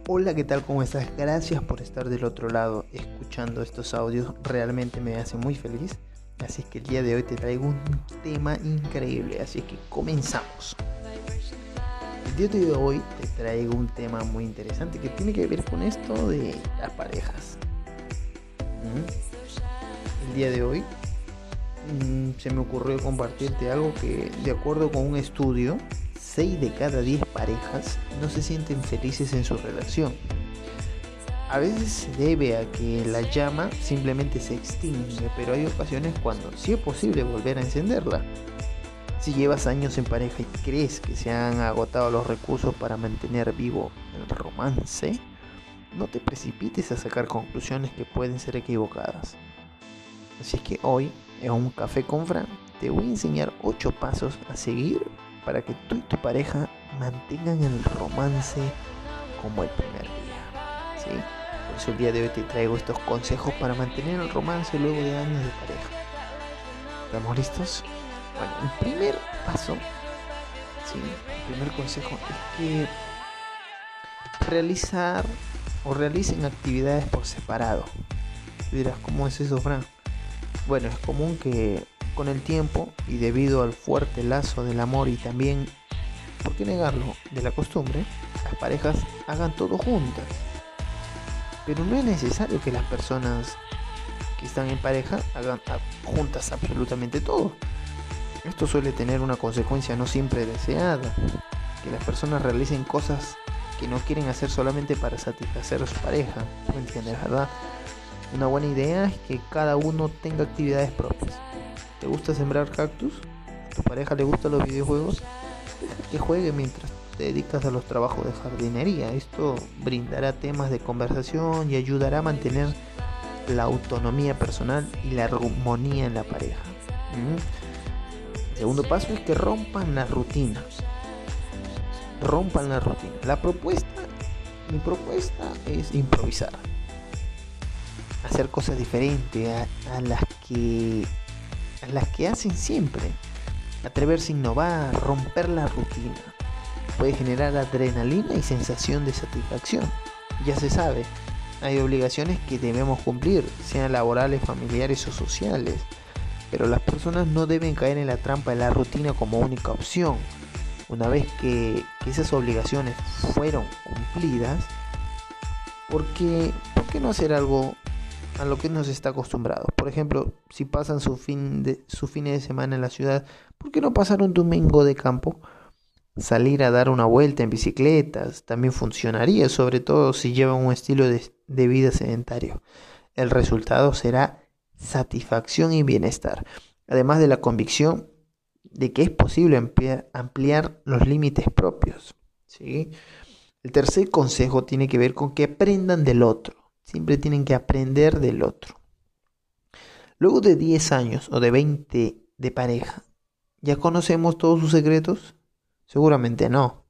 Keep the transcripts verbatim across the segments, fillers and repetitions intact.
Hola, ¿qué tal? ¿Cómo estás? Gracias por estar del otro lado escuchando estos audios. Realmente me hace muy feliz. Así es que el día de hoy te traigo un tema increíble. Así es que comenzamos. El día de hoy te traigo un tema muy interesante que tiene que ver con esto de las parejas. ¿Mm? El día de hoy mmm, se me ocurrió compartirte algo que, de acuerdo con un estudio, seis de cada diez parejas no se sienten felices en su relación. A veces se debe a que la llama simplemente se extingue, pero hay ocasiones cuando sí es posible volver a encenderla. Si llevas años en pareja y crees que se han agotado los recursos para mantener vivo el romance, no te precipites a sacar conclusiones que pueden ser equivocadas. Así es que hoy, en un café con Fran, te voy a enseñar ocho pasos a seguir para que tú y tu pareja mantengan el romance como el primer día, ¿sí? Por eso el día de hoy te traigo estos consejos para mantener el romance luego de años de pareja. ¿Estamos listos? Bueno, el primer paso, ¿sí? El primer consejo es que realizar o realicen actividades por separado. Tú dirás, ¿cómo es eso, Fran? Bueno, es común que con el tiempo y debido al fuerte lazo del amor y también, ¿por qué negarlo?, de la costumbre, las parejas hagan todo juntas. Pero no es necesario que las personas que están en pareja hagan juntas absolutamente todo. Esto suele tener una consecuencia no siempre deseada, que las personas realicen cosas que no quieren hacer solamente para satisfacer a su pareja. ¿Me entiendes, verdad? Una buena idea es que cada uno tenga actividades propias. ¿Te gusta sembrar cactus? ¿A tu pareja le gustan los videojuegos? Deja que juegue mientras te dedicas a los trabajos de jardinería. Esto brindará temas de conversación y ayudará a mantener la autonomía personal y la armonía en la pareja. ¿Mm? El segundo paso es que rompan la rutina. Rompan la rutina. La propuesta, mi propuesta es improvisar. Hacer cosas diferentes a, a las que a las que hacen siempre. Atreverse a innovar, romper la rutina. Puede generar adrenalina y sensación de satisfacción. Ya se sabe, hay obligaciones que debemos cumplir, sean laborales, familiares o sociales. Pero las personas no deben caer en la trampa de la rutina como única opción. Una vez que, que esas obligaciones fueron cumplidas, ¿por qué, ¿por qué no hacer algo a lo que nos está acostumbrado? Por ejemplo, si pasan su fin de su fin de semana en la ciudad, ¿por qué no pasar un domingo de campo? Salir a dar una vuelta en bicicletas también funcionaría, sobre todo si llevan un estilo de, de vida sedentario. El resultado será satisfacción y bienestar, además de la convicción de que es posible ampliar, ampliar los límites propios, ¿sí? El tercer consejo tiene que ver con que aprendan del otro. Siempre tienen que aprender del otro. Luego de diez años o de veinte de pareja, ¿ya conocemos todos sus secretos? Seguramente no.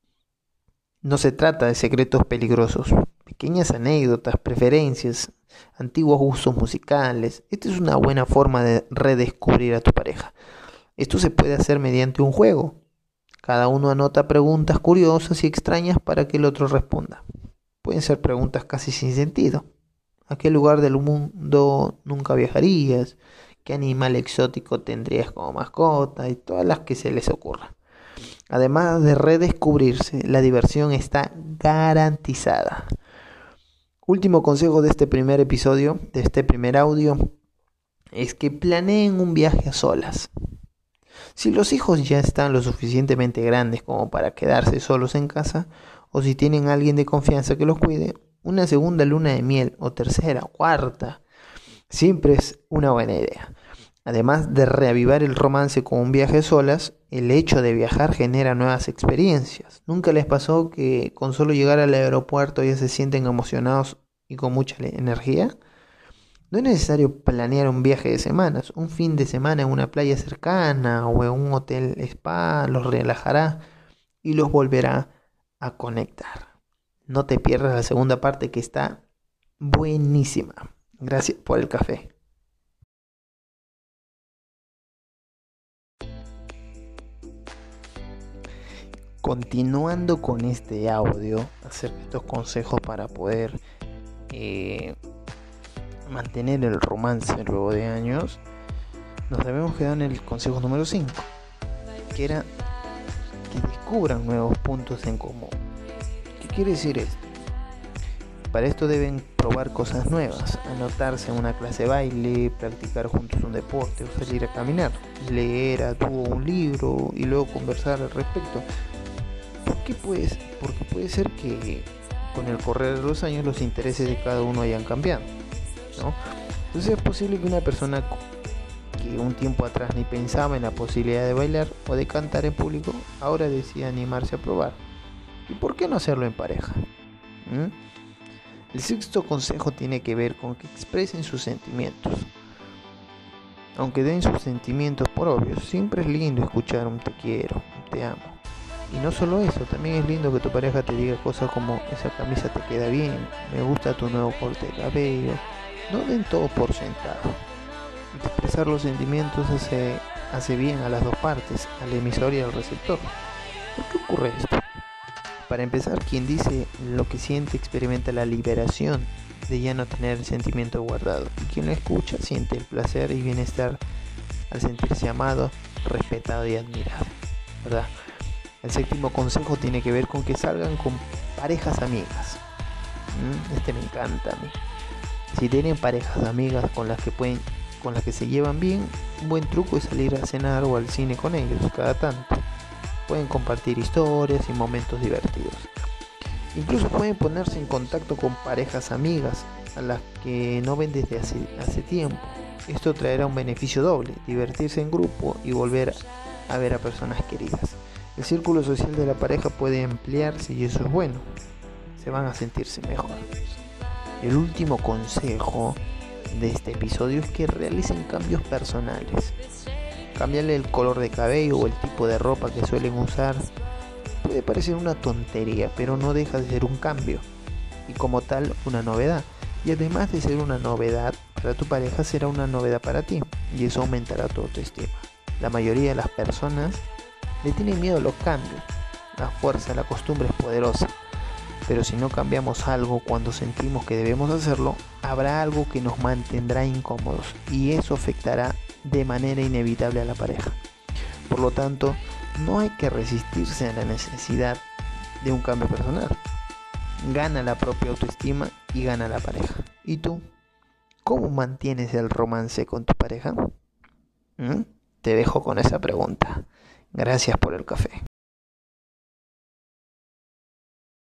No se trata de secretos peligrosos. Pequeñas anécdotas, preferencias, antiguos gustos musicales. Esta es una buena forma de redescubrir a tu pareja. Esto se puede hacer mediante un juego. Cada uno anota preguntas curiosas y extrañas para que el otro responda. Pueden ser preguntas casi sin sentido. ¿A qué lugar del mundo nunca viajarías? ¿Qué animal exótico tendrías como mascota? Y todas las que se les ocurra. Además de redescubrirse, la diversión está garantizada. Último consejo de este primer episodio, de este primer audio, es que planeen un viaje a solas. Si los hijos ya están lo suficientemente grandes como para quedarse solos en casa, o si tienen a alguien de confianza que los cuide, una segunda luna de miel, o tercera, o cuarta, siempre es una buena idea. Además de reavivar el romance con un viaje solas, el hecho de viajar genera nuevas experiencias. ¿Nunca les pasó que con solo llegar al aeropuerto ya se sienten emocionados y con mucha energía? No es necesario planear un viaje de semanas. Un fin de semana en una playa cercana o en un hotel spa los relajará y los volverá a conectar. No te pierdas la segunda parte, que está buenísima. Gracias por el café. Continuando con este audio acerca de estos consejos para poder eh, mantener el romance luego de años, nos habíamos quedado en el consejo número cinco, que era que descubran nuevos puntos en común. ¿Qué quiere decir esto? Para esto deben probar cosas nuevas, anotarse en una clase de baile, practicar juntos un deporte o salir a caminar, leer a dúo un libro y luego conversar al respecto. ¿Por qué pues? Porque puede ser que con el correr de los años los intereses de cada uno hayan cambiado, ¿no? Entonces es posible que una persona que un tiempo atrás ni pensaba en la posibilidad de bailar o de cantar en público, ahora decida animarse a probar. ¿Y por qué no hacerlo en pareja? ¿Mm? El sexto consejo tiene que ver con que expresen sus sentimientos. Aunque den sus sentimientos por obvios, siempre es lindo escuchar un te quiero, un te amo. Y no solo eso, también es lindo que tu pareja te diga cosas como esa camisa te queda bien, me gusta tu nuevo corte de cabello. No den todo por sentado. Expresar los sentimientos hace, hace bien a las dos partes, al emisor y al receptor. ¿Por qué ocurre esto? Para empezar, quien dice lo que siente experimenta la liberación de ya no tener el sentimiento guardado. Y quien lo escucha siente el placer y bienestar al sentirse amado, respetado y admirado, ¿verdad? El séptimo consejo tiene que ver con que salgan con parejas amigas. ¿Mm? Este me encanta a mí. Si tienen parejas amigas con las que pueden, con las que se llevan bien, un buen truco es salir a cenar o al cine con ellos cada tanto. Pueden compartir historias y momentos divertidos. Incluso pueden ponerse en contacto con parejas amigas a las que no ven desde hace, hace tiempo. Esto traerá un beneficio doble, divertirse en grupo y volver a ver a personas queridas. El círculo social de la pareja puede ampliarse y eso es bueno. Se van a sentirse mejor. El último consejo de este episodio es que realicen cambios personales. Cambiarle el color de cabello o el tipo de ropa que suelen usar puede parecer una tontería, pero no deja de ser un cambio y como tal una novedad. Y además de ser una novedad para tu pareja, será una novedad para ti y eso aumentará tu autoestima. La mayoría de las personas le tienen miedo a los cambios. La fuerza, la costumbre es poderosa, pero si no cambiamos algo cuando sentimos que debemos hacerlo, habrá algo que nos mantendrá incómodos y eso afectará de manera inevitable a la pareja. Por lo tanto, no hay que resistirse a la necesidad de un cambio personal. Gana la propia autoestima y gana la pareja. ¿Y tú? ¿Cómo mantienes el romance con tu pareja? ¿Mm? Te dejo con esa pregunta. Gracias por el café.